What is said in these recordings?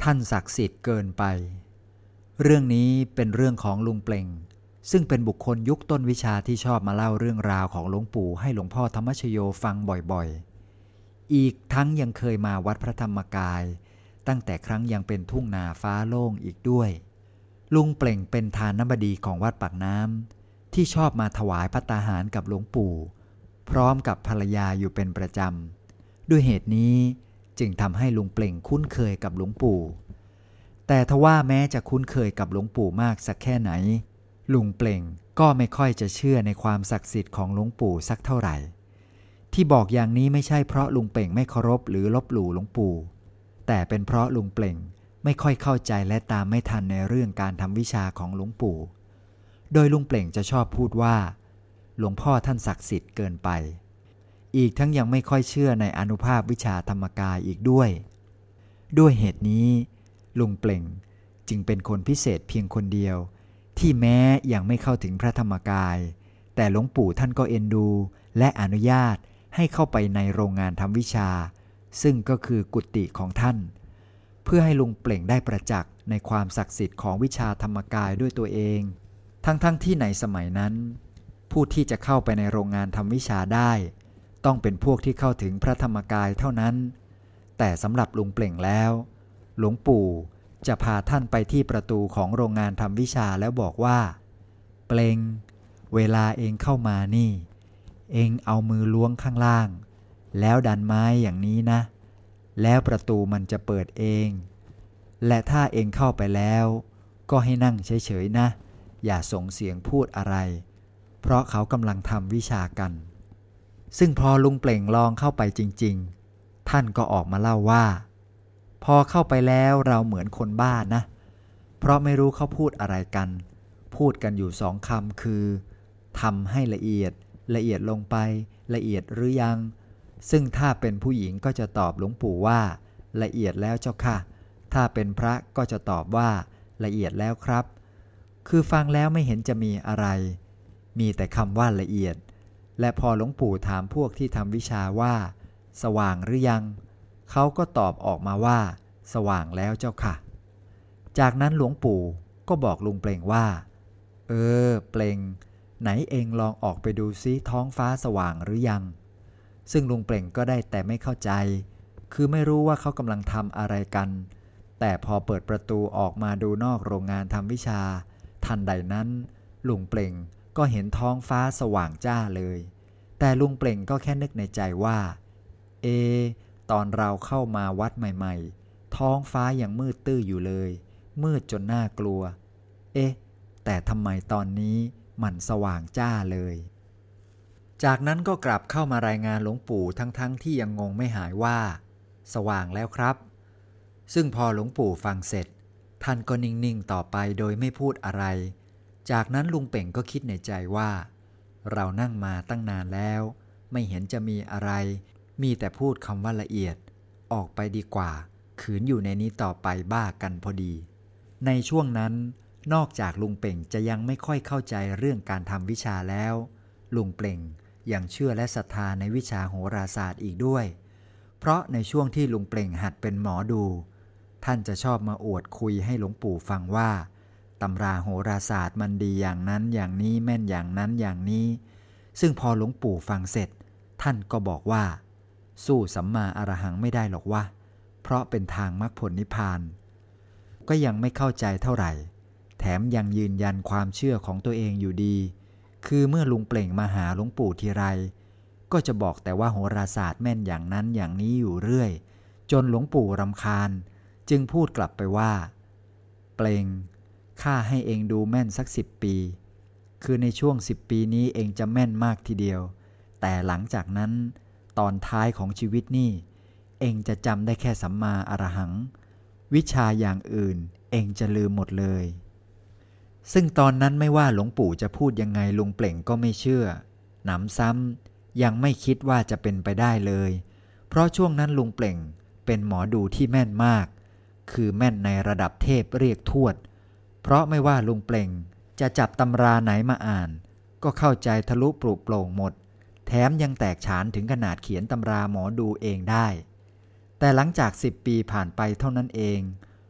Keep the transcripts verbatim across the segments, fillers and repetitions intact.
ท่านศักดิ์สิทธิ์เกินไปเรื่องนี้เป็นเรื่องของลุงเปล่งซึ่งเป็นบุคคลยุคต้นวิชาที่ชอบมาเล่าเรื่องราวของหลวงปู่ให้หลวงพ่อธรรมชโยฟังบ่อยๆอีกทั้งยังเคยมาวัดพระธรรมกายตั้งแต่ครั้งยังเป็นทุ่งนาฟ้าโล่งอีกด้วยลุงเปล่งเป็นทานบดีของวัดปากน้ำที่ชอบมาถวายภัตตาหารกับหลวงปู่พร้อมกับภรรยาอยู่เป็นประจำด้วยเหตุนี้จึงทำให้ลุงเปล่งคุ้นเคยกับหลวงปู่แต่ทว่าแม้จะคุ้นเคยกับหลวงปู่มากสักแค่ไหนลุงเปล่งก็ไม่ค่อยจะเชื่อในความศักดิ์สิทธิ์ของหลวงปู่สักเท่าไหร่ที่บอกอย่างนี้ไม่ใช่เพราะลุงเปล่งไม่เคารพหรือลบหลู่หลวงปู่แต่เป็นเพราะลุงเปล่งไม่ค่อยเข้าใจและตามไม่ทันในเรื่องการทำวิชาของหลวงปู่โดยลุงเปล่งจะชอบพูดว่าหลวงพ่อท่านศักดิ์สิทธิ์เกินไปอีกทั้งยังไม่ค่อยเชื่อในอานุภาพวิชาธรรมกายอีกด้วยด้วยเหตุนี้ลุงเปล่งจึงเป็นคนพิเศษเพียงคนเดียวที่แม้ยังไม่เข้าถึงพระธรรมกายแต่หลวงปู่ท่านก็เอ็นดูและอนุญาตให้เข้าไปในโรงงานทำวิชาซึ่งก็คือกุฏิของท่านเพื่อให้ลุงเปล่งได้ประจักษ์ในความศักดิ์สิทธิ์ของวิชาธรรมกายด้วยตัวเองทั้งๆ ท, ที่ในสมัยนั้นผู้ที่จะเข้าไปในโรงงานทำวิชาได้ต้องเป็นพวกที่เข้าถึงพระธรรมกายเท่านั้นแต่สำหรับลุงเปล่งแล้วหลวงปู่จะพาท่านไปที่ประตูของโรงงานทำวิชาแล้วบอกว่าเปล่งเวลาเองเข้ามานี่เองเอามือล้วงข้างล่างแล้วดันไม้อย่างนี้นะแล้วประตูมันจะเปิดเองและถ้าเองเข้าไปแล้วก็ให้นั่งเฉยๆนะอย่าส่งเสียงพูดอะไรเพราะเขากำลังทำวิชากันซึ่งพอลุงเปล่งลองเข้าไปจริงๆท่านก็ออกมาเล่าว่าพอเข้าไปแล้วเราเหมือนคนบ้านะเพราะไม่รู้เขาพูดอะไรกันพูดกันอยู่สองคำคือทำให้ละเอียดละเอียดลงไปละเอียดหรือยังซึ่งถ้าเป็นผู้หญิงก็จะตอบหลวงปู่ว่าละเอียดแล้วเจ้าค่ะถ้าเป็นพระก็จะตอบว่าละเอียดแล้วครับคือฟังแล้วไม่เห็นจะมีอะไรมีแต่คำว่าละเอียดและพอหลวงปู่ถามพวกที่ทำวิชาว่าสว่างหรือยังเขาก็ตอบออกมาว่าสว่างแล้วเจ้าค่ะจากนั้นหลวงปู่ก็บอกลุงเปล่งว่าเออเปล่งไหนเองลองออกไปดูซิท้องฟ้าสว่างหรือยังซึ่งลุงเปล่งก็ได้แต่ไม่เข้าใจคือไม่รู้ว่าเขากำลังทำอะไรกันแต่พอเปิดประตูออกมาดูนอกโรงงานทำวิชาทันใดนั้นลุงเปล่งก็เห็นท้องฟ้าสว่างจ้าเลยแต่ลุงเปล่งก็แค่นึกในใจว่าเอตอนเราเข้ามาวัดใหม่ๆท้องฟ้ายังมืดตื้ออยู่เลยมืดจนน่ากลัวเอ๊ะแต่ทำไมตอนนี้มันสว่างจ้าเลยจากนั้นก็กลับเข้ามารายงานหลวงปู่ทั้งๆ ท, ที่ยังงงไม่หายว่าสว่างแล้วครับซึ่งพอหลวงปู่ฟังเสร็จท่านก็นิ่งๆต่อไปโดยไม่พูดอะไรจากนั้นลุงเป่งก็คิดในใจว่าเรานั่งมาตั้งนานแล้วไม่เห็นจะมีอะไรมีแต่พูดคำว่าละเอียดออกไปดีกว่าขืนอยู่ในนี้ต่อไปบ้ากันพอดีในช่วงนั้นนอกจากลุงเป่งจะยังไม่ค่อยเข้าใจเรื่องการทำวิชาแล้วลุงเป่งยังเชื่อและศรัทธาในวิชาโหราศาสตร์อีกด้วยเพราะในช่วงที่ลุงเป่งหัดเป็นหมอดูท่านจะชอบมาอวดคุยให้หลวงปู่ฟังว่าตำราโหราศาสตร์มันดีอย่างนั้นอย่างนี้แม่นอย่างนั้นอย่างนี้ซึ่งพอหลวงปู่ฟังเสร็จท่านก็บอกว่าสู้สัมมาอรหังไม่ได้หรอกวะเพราะเป็นทางมรรคผลนิพพานก็ยังไม่เข้าใจเท่าไหร่แถมยังยืนยันความเชื่อของตัวเองอยู่ดีคือเมื่อลุงเปล่งมาหาหลวงปู่ทีไรก็จะบอกแต่ว่าโหราศาสตร์แม่นอย่างนั้นอย่างนี้อยู่เรื่อยจนหลวงปู่รำคาญจึงพูดกลับไปว่าเปล่งข้าให้เองดูแม่นสักสิบปีคือในช่วงสิบปีนี้เองจะแม่นมากทีเดียวแต่หลังจากนั้นตอนท้ายของชีวิตนี่เองจะจำได้แค่สัมมาอรหังวิชาอย่างอื่นเองจะลืมหมดเลยซึ่งตอนนั้นไม่ว่าหลวงปู่จะพูดยังไงลุงเปล่งก็ไม่เชื่อหนำซ้ำยังไม่คิดว่าจะเป็นไปได้เลยเพราะช่วงนั้นลุงเปล่งเป็นหมอดูที่แม่นมากคือแม่นในระดับเทพเรียกทวดเพราะไม่ว่าลุงเปล่งจะจับตำราไหนมาอ่านก็เข้าใจทะลุปลุกโปร่งหมดแถมยังแตกฉานถึงขนาดเขียนตำราหมอดูเองได้แต่หลังจากสิบปีผ่านไปเท่านั้นเอง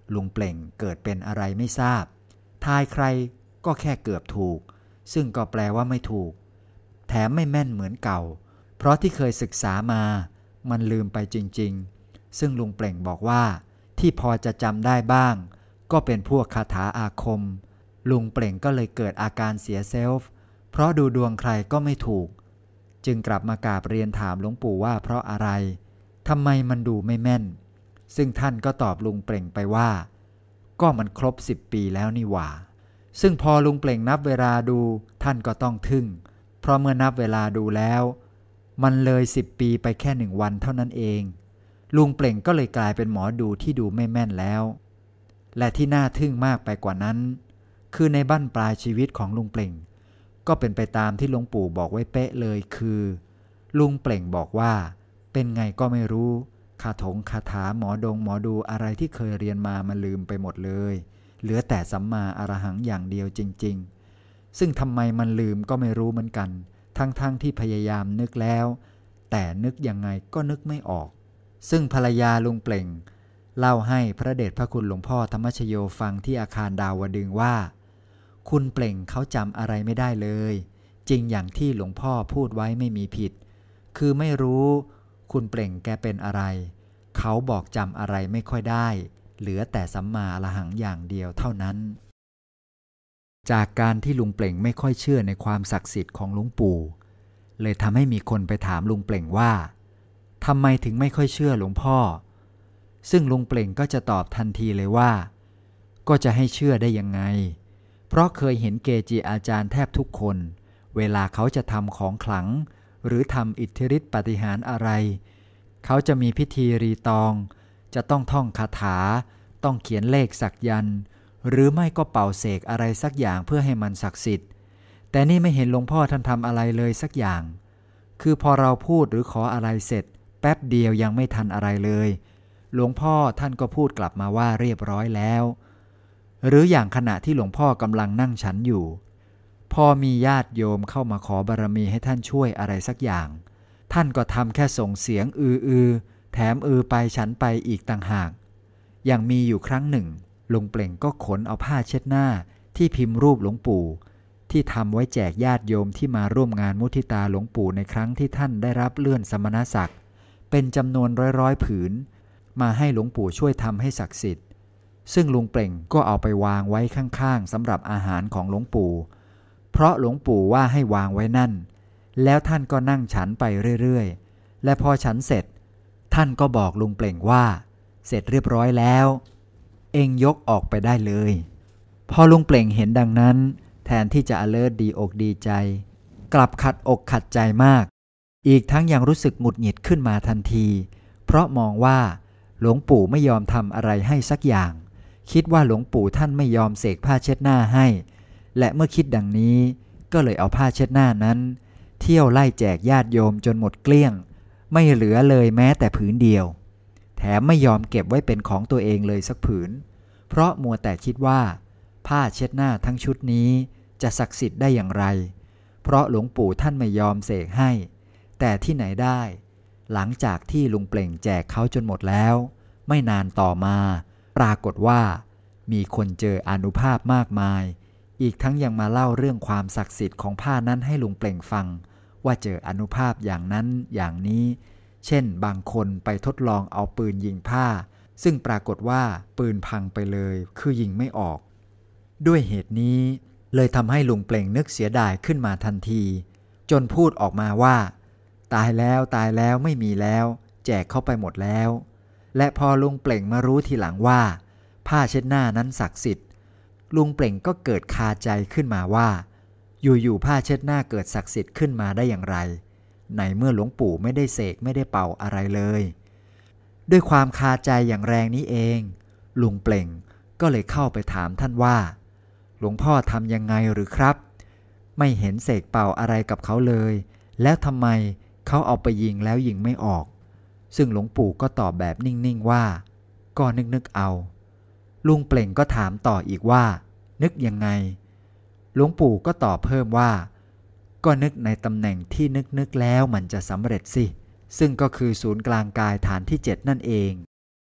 ลุงเปล่งเกิดเป็นอะไรไม่ทราบทายใครก็แค่เกือบถูกซึ่งก็แปลว่าไม่ถูกแถมไม่แม่นเหมือนเก่าเพราะที่เคยศึกษามามันลืมไปจริงๆซึ่งลุงเปล่งบอกว่าที่พอจะจำได้บ้างก็เป็นพวกคาถาอาคมลุงเปล่งก็เลยเกิดอาการเสียเซลฟ์เพราะดูดวงใครก็ไม่ถูกจึงกลับมากราบเรียนถามหลวงปู่ว่าเพราะอะไรทำไมมันดูไม่แม่นซึ่งท่านก็ตอบลุงเปล่งไปว่าก็มันครบสิบปีแล้วนี่หว่าซึ่งพอลุงเปล่งนับเวลาดูท่านก็ต้องทึ่งเพราะเมื่อนับเวลาดูแล้วมันเลยสิบปีไปแค่หนึ่งวันเท่านั้นเองลุงเปล่งก็เลยกลายเป็นหมอดูที่ดูไม่แม่นแล้วและที่น่าทึ่งมากไปกว่านั้นคือในบั้นปลายชีวิตของลุงเปล่งก็เป็นไปตามที่หลวงปู่บอกไว้เป๊ะเลยคือลุงเปล่งบอกว่าเป็นไงก็ไม่รู้คาถงคาถาหมอดงหมอดูอะไรที่เคยเรียนมามันลืมไปหมดเลยเหลือแต่สัมมาอรหังอย่างเดียวจริงๆซึ่งทำไมมันลืมก็ไม่รู้เหมือนกันทั้งๆ ท, ที่พยายามนึกแล้วแต่นึกยังไงก็นึกไม่ออกซึ่งภรรยาลุงเปล่งเล่าให้พระเดชพระคุณหลวงพ่อธรรมชโยฟังที่อาคารดาวดึงว่าคุณเปล่งเขาจำอะไรไม่ได้เลยจริงอย่างที่หลวงพ่อพูดไว้ไม่มีผิดคือไม่รู้คุณเปล่งแกเป็นอะไรเขาบอกจำอะไรไม่ค่อยได้เหลือแต่สัมมาอรหังอย่างเดียวเท่านั้นจากการที่ลุงเปล่งไม่ค่อยเชื่อในความศักดิ์สิทธิ์ของหลวงปู่เลยทำให้มีคนไปถามลุงเปล่งว่าทำไมถึงไม่ค่อยเชื่อหลวงพ่อซึ่งลุงเปล่งก็จะตอบทันทีเลยว่าก็จะให้เชื่อได้ยังไงเพราะเคยเห็นเกจิอาจารย์แทบทุกคนเวลาเขาจะทำของขลังหรือทำอิทธิฤทธิปาฏิหาริย์อะไรเขาจะมีพิธีรีตองจะต้องท่องคาถาต้องเขียนเลขสักยันต์หรือไม่ก็เป่าเสกอะไรสักอย่างเพื่อให้มันศักดิ์สิทธิ์แต่นี่ไม่เห็นหลวงพ่อท่านทำอะไรเลยสักอย่างคือพอเราพูดหรือขออะไรเสร็จแป๊บเดียวยังไม่ทันอะไรเลยหลวงพ่อท่านก็พูดกลับมาว่าเรียบร้อยแล้วหรืออย่างขณะที่หลวงพ่อกำลังนั่งฉันอยู่พอมีญาติโยมเข้ามาขอบารมีให้ท่านช่วยอะไรสักอย่างท่านก็ทำแค่ส่งเสียงอืออือแถมอือไปฉันไปอีกต่างหากอย่างมีอยู่ครั้งหนึ่งลุงเปล่งก็ขนเอาผ้าเช็ดหน้าที่พิมพ์รูปหลวงปู่ที่ทำไว้แจกญาติโยมที่มาร่วมงานมุทิตาหลวงปู่ในครั้งที่ท่านได้รับเลื่อนสมณศักดิ์เป็นจำนวนร้อยๆผืนมาให้หลวงปู่ช่วยทำให้ศักดิ์สิทธิ์ซึ่งลุงเปล่งก็เอาไปวางไว้ข้างๆสำหรับอาหารของหลวงปู่เพราะหลวงปู่ว่าให้วางไว้นั่นแล้วท่านก็นั่งฉันไปเรื่อยๆและพอฉันเสร็จท่านก็บอกลุงเปล่งว่าเสร็จเรียบร้อยแล้วเอ็งยกออกไปได้เลยพอลุงเปล่งเห็นดังนั้นแทนที่จะ alert ดีอกดีใจกลับขัดอกขัดใจมากอีกทั้งยังรู้สึกหงุดหงิดขึ้นมาทันทีเพราะมองว่าหลวงปู่ไม่ยอมทำอะไรให้สักอย่างคิดว่าหลวงปู่ท่านไม่ยอมเสกผ้าเช็ดหน้าให้และเมื่อคิดดังนี้ก็เลยเอาผ้าเช็ดหน้านั้นเที่ยวไล่แจกญาติโยมจนหมดเกลี้ยงไม่เหลือเลยแม้แต่ผืนเดียวแถมไม่ยอมเก็บไว้เป็นของตัวเองเลยสักผืนเพราะมัวแต่คิดว่าผ้าเช็ดหน้าทั้งชุดนี้จะศักดิ์สิทธิ์ได้อย่างไรเพราะหลวงปู่ท่านไม่ยอมเสกให้แต่ที่ไหนได้หลังจากที่ลุงเปล่งแจกเขาจนหมดแล้วไม่นานต่อมาปรากฏว่ามีคนเจออานุภาพมากมายอีกทั้งยังมาเล่าเรื่องความศักดิ์สิทธิ์ของผ้านั้นให้ลุงเปล่งฟังว่าเจออานุภาพอย่างนั้นอย่างนี้เช่นบางคนไปทดลองเอาปืนยิงผ้าซึ่งปรากฏว่าปืนพังไปเลยคือยิงไม่ออกด้วยเหตุนี้เลยทำให้ลุงเปล่งนึกเสียดายขึ้นมาทันทีจนพูดออกมาว่าตายแล้วตายแล้วไม่มีแล้วแจกเข้าไปหมดแล้วและพอลุงเปล่งมารู้ทีหลังว่าผ้าเช็ดหน้านั้นศักดิ์สิทธิ์ลุงเปล่งก็เกิดคาใจขึ้นมาว่าอยู่ๆผ้าเช็ดหน้าเกิดศักดิ์สิทธิ์ขึ้นมาได้อย่างไรในเมื่อหลวงปู่ไม่ได้เสกไม่ได้เป่าอะไรเลยด้วยความคาใจอย่างแรงนี้เองลุงเปล่งก็เลยเข้าไปถามท่านว่าหลวงพ่อทำยังไงหรือครับไม่เห็นเสกเป่าอะไรกับเขาเลยแล้วทำไมเขาเอาไปยิงแล้วยิงไม่ออกซึ่งหลวงปู่ก็ตอบแบบนิ่งๆว่าก็นึกๆเอาลุงเปล่งก็ถามต่ออีกว่านึกยังไงหลวงปู่ก็ตอบเพิ่มว่าก็นึกในตำแหน่งที่นึกๆแล้วมันจะสำเร็จสิซึ่งก็คือศูนย์กลางกายฐานที่เจ็ดนั่นเอง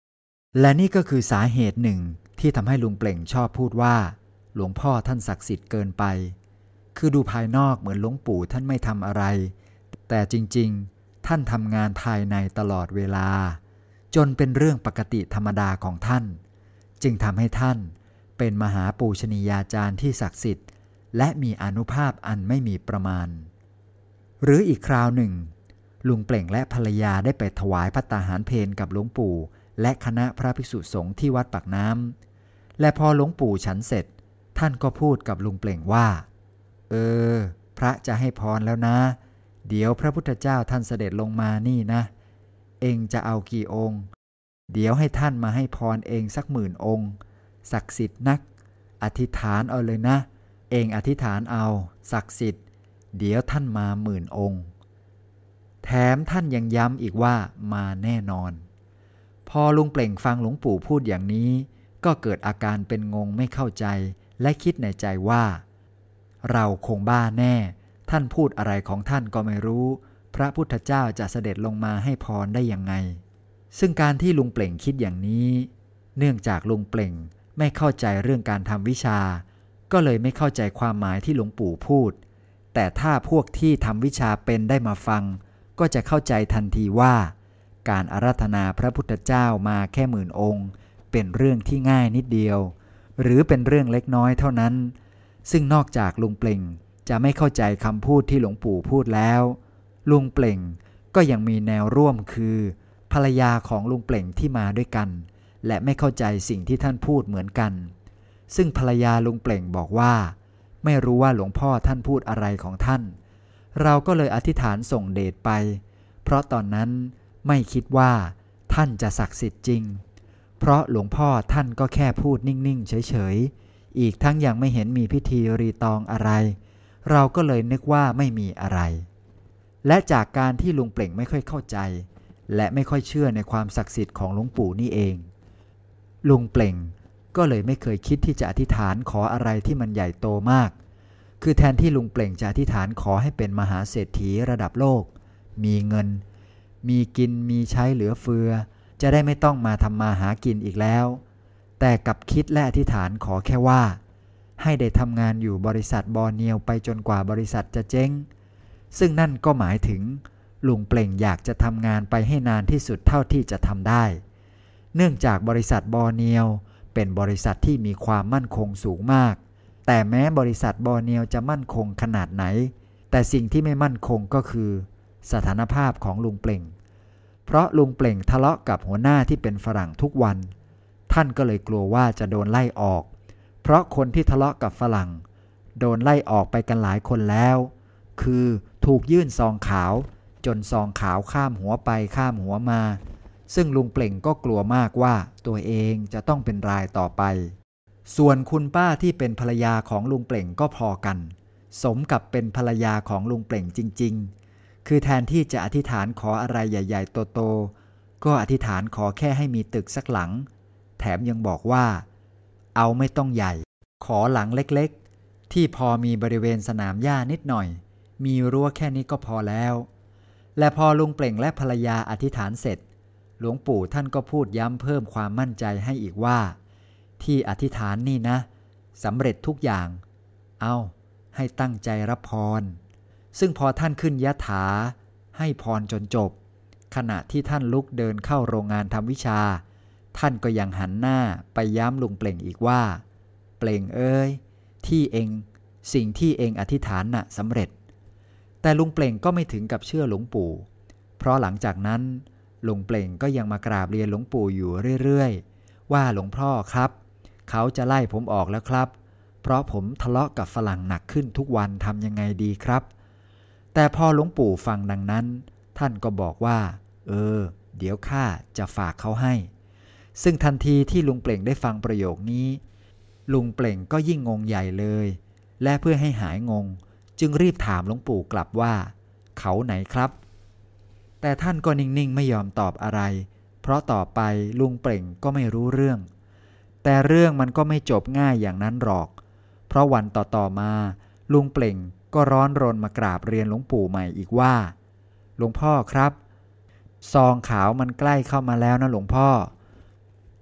และนี่ก็คือสาเหตุหนึ่งที่ทำให้ลุงเปล่งชอบพูดว่าหลวงพ่อท่านศักดิ์สิทธิ์เกินไปคือดูภายนอกเหมือนหลวงปู่ท่านไม่ทำอะไรแต่จริงๆท่านทำงานภายในตลอดเวลาจนเป็นเรื่องปกติธรรมดาของท่านจึงทำให้ท่านเป็นมหาปูชนียาจารย์ที่ศักดิ์สิทธิ์และมีอานุภาพอันไม่มีประมาณหรืออีกคราวหนึ่งลุงเปล่งและภรรยาได้ไปถวายภัตตาหารเพลกับหลวงปู่และคณะพระภิกษุสงฆ์ที่วัดปากน้ำและพอหลวงปู่ฉันเสร็จท่านก็พูดกับลุงเปล่งว่าเออพระจะให้พรแล้วนะเดี๋ยวพระพุทธเจ้าท่านเสด็จลงมานี่นะเองจะเอากี่องค์เดี๋ยวให้ท่านมาให้พรเองสักหมื่นองค์ศักดิ์สิทธิ์นักอธิษฐานเอาเลยนะเองอธิษฐานเอาศักดิ์สิทธิ์เดี๋ยวท่านมาหมื่นองค์แถมท่านยังย้ำอีกว่ามาแน่นอนพอลุงเปล่งฟังหลวงปู่พูดอย่างนี้ก็เกิดอาการเป็นงงไม่เข้าใจและคิดในใจว่าเราคงบ้าแน่ท่านพูดอะไรของท่านก็ไม่รู้พระพุทธเจ้าจะเสด็จลงมาให้พรได้ยังไงซึ่งการที่ลุงเปล่งคิดอย่างนี้เนื่องจากลุงเปล่งไม่เข้าใจเรื่องการทำวิชาก็เลยไม่เข้าใจความหมายที่หลวงปู่พูดแต่ถ้าพวกที่ทำวิชาเป็นได้มาฟังก็จะเข้าใจทันทีว่าการอาราธนาพระพุทธเจ้ามาแค่หมื่นองค์เป็นเรื่องที่ง่ายนิดเดียวหรือเป็นเรื่องเล็กน้อยเท่านั้นซึ่งนอกจากลุงเปล่งจะไม่เข้าใจคำพูดที่หลวงปู่พูดแล้วลุงเปล่งก็ยังมีแนวร่วมคือภรรยาของลุงเปล่งที่มาด้วยกันและไม่เข้าใจสิ่งที่ท่านพูดเหมือนกันซึ่งภรรยาลุงเปล่งบอกว่าไม่รู้ว่าหลวงพ่อท่านพูดอะไรของท่านเราก็เลยอธิษฐานส่งเดชไปเพราะตอนนั้นไม่คิดว่าท่านจะศักดิ์สิทธิ์จริงเพราะหลวงพ่อท่านก็แค่พูดนิ่งๆเฉยๆอีกทั้งยังไม่เห็นมีพิธีรีตองอะไรเราก็เลยนึกว่าไม่มีอะไรและจากการที่ลุงเปล่งไม่ค่อยเข้าใจและไม่ค่อยเชื่อในความศักดิ์สิทธิ์ของหลวงปู่นี่เองลุงเปล่งก็เลยไม่เคยคิดที่จะอธิษฐานขออะไรที่มันใหญ่โตมากคือแทนที่ลุงเปล่งจะอธิษฐานขอให้เป็นมหาเศรษฐีระดับโลกมีเงินมีกินมีใช้เหลือเฟือจะได้ไม่ต้องมาทำมาหากินอีกแล้วแต่กลับคิดและอธิษฐานขอแค่ว่าให้ได้ทำงานอยู่บริษัทบอร์เนียวไปจนกว่าบริษัทจะเจ๊งซึ่งนั่นก็หมายถึงลุงเปล่งอยากจะทำงานไปให้นานที่สุดเท่าที่จะทำได้เนื่องจากบริษัทบอร์เนียวเป็นบริษัทที่มีความมั่นคงสูงมากแต่แม้บริษัทบอร์เนียวจะมั่นคงขนาดไหนแต่สิ่งที่ไม่มั่นคงก็คือสถานภาพของลุงเปล่งเพราะลุงเปล่งทะเลาะกับหัวหน้าที่เป็นฝรั่งทุกวันท่านก็เลยกลัวว่าจะโดนไล่ออกเพราะคนที่ทะเลาะกับฝรั่งโดนไล่ออกไปกันหลายคนแล้วคือถูกยื่นซองขาวจนซองขาวข้ามหัวไปข้ามหัวมาซึ่งลุงเปล่งก็กลัวมากว่าตัวเองจะต้องเป็นรายต่อไปส่วนคุณป้าที่เป็นภรรยาของลุงเปล่งก็พอกันสมกับเป็นภรรยาของลุงเปล่งจริงๆคือแทนที่จะอธิษฐานขออะไรใหญ่ๆโตๆก็อธิษฐานขอแค่ให้มีตึกสักหลังแถมยังบอกว่าเอาไม่ต้องใหญ่ขอหลังเล็กๆที่พอมีบริเวณสนามหญ้านิดหน่อยมีรั้วแค่นี้ก็พอแล้วและพอลุงเปล่งและภรรยาอธิษฐานเสร็จหลวงปู่ท่านก็พูดย้ำเพิ่มความมั่นใจให้อีกว่าที่อธิษฐานนี่นะสำเร็จทุกอย่างเอาให้ตั้งใจรับพรซึ่งพอท่านขึ้นยะถาให้พรจนจบขณะที่ท่านลุกเดินเข้าโรงงานทำวิชาท่านก็ยังหันหน้าไปย้ำลุงเปล่งอีกว่าเปล่งเอ้ยที่เองสิ่งที่เองอธิษฐานน่ะสำเร็จแต่ลุงเปล่งก็ไม่ถึงกับเชื่อหลวงปู่เพราะหลังจากนั้นลุงเปล่งก็ยังมากราบเรียนหลวงปู่อยู่เรื่อยๆว่าหลวงพ่อครับเขาจะไล่ผมออกแล้วครับเพราะผมทะเลาะกับฝรั่งหนักขึ้นทุกวันทำยังไงดีครับแต่พอหลวงปู่ฟังดังนั้นท่านก็บอกว่าเออเดี๋ยวข้าจะฝากเขาให้ซึ่งทันทีที่ลุงเปล่งได้ฟังประโยคนี้ลุงเปล่งก็ยิ่งงงใหญ่เลยและเพื่อให้หายงงจึงรีบถามหลวงปู่กลับว่าเขาไหนครับแต่ท่านก็นิ่งๆไม่ยอมตอบอะไรเพราะต่อไปลุงเปล่งก็ไม่รู้เรื่องแต่เรื่องมันก็ไม่จบง่ายอย่างนั้นหรอกเพราะวันต่อๆมาลุงเปล่งก็ร้อนรนมากราบเรียนหลวงปู่ใหม่อีกว่าหลวงพ่อครับซองขาวมันใกล้เข้ามาแล้วนะหลวงพ่อ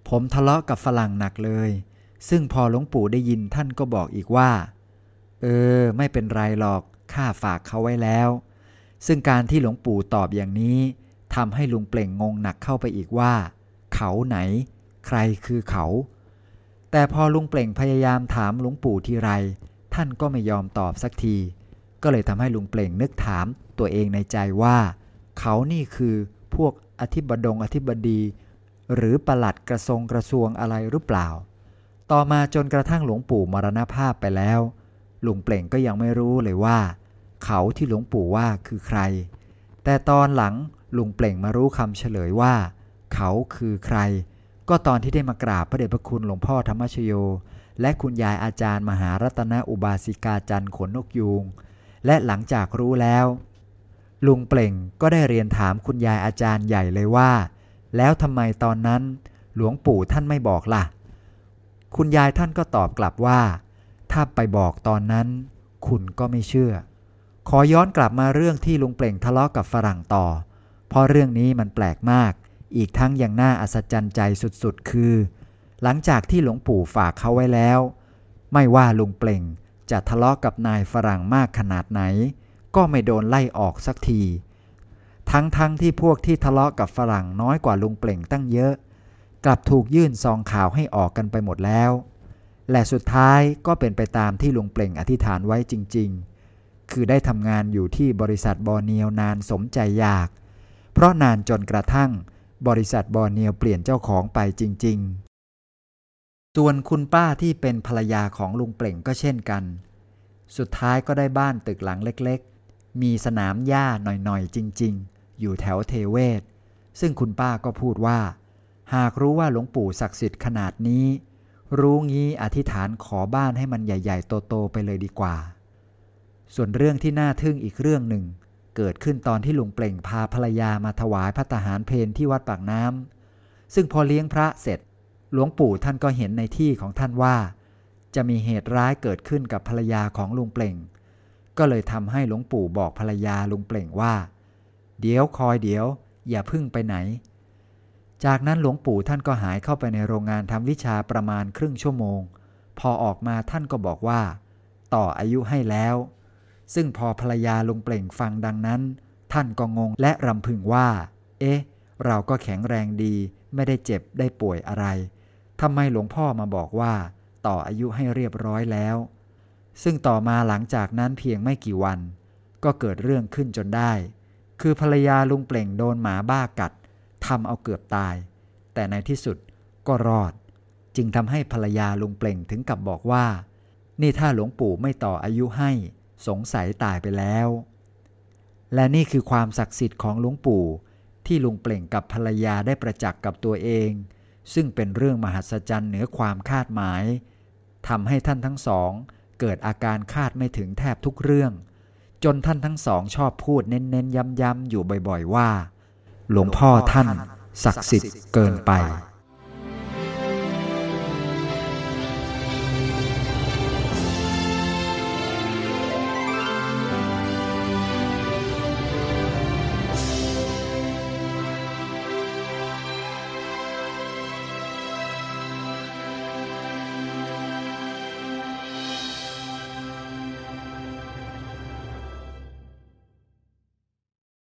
ผมทะเลาะกับฝรั่งหนักเลยซึ่งพอหลวงปู่ได้ยินท่านก็บอกอีกว่าเออไม่เป็นไรหรอกข้าฝากเขาไว้แล้วซึ่งการที่หลวงปู่ตอบอย่างนี้ทำให้ลุงเปล่งงงหนักเข้าไปอีกว่าเขาไหนใครคือเขาแต่พอลุงเปล่งพยายามถามหลวงปู่ทีไรท่านก็ไม่ยอมตอบสักทีก็เลยทำให้ลุงเปล่งนึกถามตัวเองในใจว่าเขานี่คือพวกอธิบดงอธิบดีหรือปลัดกระทรวงกระทรวงอะไรหรือเปล่าต่อมาจนกระทั่งหลวงปู่มรณภาพไปแล้วลุงเปล่งก็ยังไม่รู้เลยว่าเขาที่หลวงปู่ว่าคือใครแต่ตอนหลังลุงเปล่งมารู้คำเฉลยว่าเขาคือใครก็ตอนที่ได้มากราบพระเดชพระคุณหลวงพ่อธรรมชโยและคุณยายอาจารย์มหารัตนอุบาสิกาจันทร์ขนนกยูงและหลังจากรู้แล้วลุงเปล่งก็ได้เรียนถามคุณยายอาจารย์ใหญ่เลยว่าแล้วทำไมตอนนั้นหลวงปู่ท่านไม่บอกล่ะคุณยายท่านก็ตอบกลับว่าถ้าไปบอกตอนนั้นคุณก็ไม่เชื่อขอย้อนกลับมาเรื่องที่ลุงเปล่งทะเลาะกับฝรั่งต่อเพราะเรื่องนี้มันแปลกมากอีกทั้งยังน่าอัศจรรย์ใจสุดๆคือหลังจากที่หลวงปู่ฝากเขาไว้แล้วไม่ว่าลุงเปล่งจะทะเลาะกับนายฝรั่งมากขนาดไหนก็ไม่โดนไล่ออกสักทีทั้งๆ ท, ที่พวกที่ทะเลาะกับฝรั่งน้อยกว่าลุงเปล่งตั้งเยอะกลับถูกยื่นซองข่าวให้ออกกันไปหมดแล้วและสุดท้ายก็เป็นไปตามที่ลุงเปล่งอธิษฐานไว้จริงๆคือได้ทำงานอยู่ที่บริษัทบอร์เนียวนานสมใจอยากเพราะนานจนกระทั่งบริษัทบอร์เนียวเปลี่ยนเจ้าของไปจริงๆส่วนคุณป้าที่เป็นภรรยาของลุงเปล่งก็เช่นกันสุดท้ายก็ได้บ้านตึกหลังเล็กๆมีสนามหญ้าหน่อยๆจริงๆอยู่แถวเทเวศซึ่งคุณป้าก็พูดว่าหากรู้ว่าหลวงปู่ศักดิ์สิทธิ์ขนาดนี้รู้งี้อธิษฐานขอบ้านให้มันใหญ่ๆโตๆไปเลยดีกว่าส่วนเรื่องที่น่าทึ่งอีกเรื่องหนึ่งเกิดขึ้นตอนที่ลุงเปล่งพาภรรยามาถวายภัตตาหารเพลที่วัดปากน้ำซึ่งพอเลี้ยงพระเสร็จหลวงปู่ท่านก็เห็นในที่ของท่านว่าจะมีเหตุร้ายเกิดขึ้นกับภรรยาของลุงเปล่งก็เลยทำให้หลวงปู่บอกภรรยาลุงเปล่งว่าเดี๋ยวคอยเดี๋ยวอย่าพึ่งไปไหนจากนั้นหลวงปู่ท่านก็หายเข้าไปในโรงงานทำวิชาประมาณครึ่งชั่วโมงพอออกมาท่านก็บอกว่าต่ออายุให้แล้วซึ่งพอภรรยาลุงเปล่งฟังดังนั้นท่านก็งงและรำพึงว่าเอ๊ะเราก็แข็งแรงดีไม่ได้เจ็บได้ป่วยอะไรทำไมหลวงพ่อมาบอกว่าต่ออายุให้เรียบร้อยแล้วซึ่งต่อมาหลังจากนั้นเพียงไม่กี่วันก็เกิดเรื่องขึ้นจนได้คือภรรยาลุงเปล่งโดนหมาบ้ากัดทำเอาเกือบตายแต่ในที่สุดก็รอดจึงทำให้ภรรยาลุงเปล่งถึงกับบอกว่านี่ถ้าหลวงปู่ไม่ต่ออายุให้สงสัยตายไปแล้วและนี่คือความศักดิ์สิทธิ์ของหลวงปู่ที่ลุงเปล่งกับภรรยาได้ประจักษ์กับตัวเองซึ่งเป็นเรื่องมหัศจรรย์เหนือความคาดหมายทำให้ท่านทั้งสองเกิดอาการคาดไม่ถึงแทบทุกเรื่องจนท่านทั้งสองชอบพูดเน้นๆย้ำๆอยู่บ่อยๆว่าหลวงพ่อท่านศักดิ์สิทธิ์เกินไป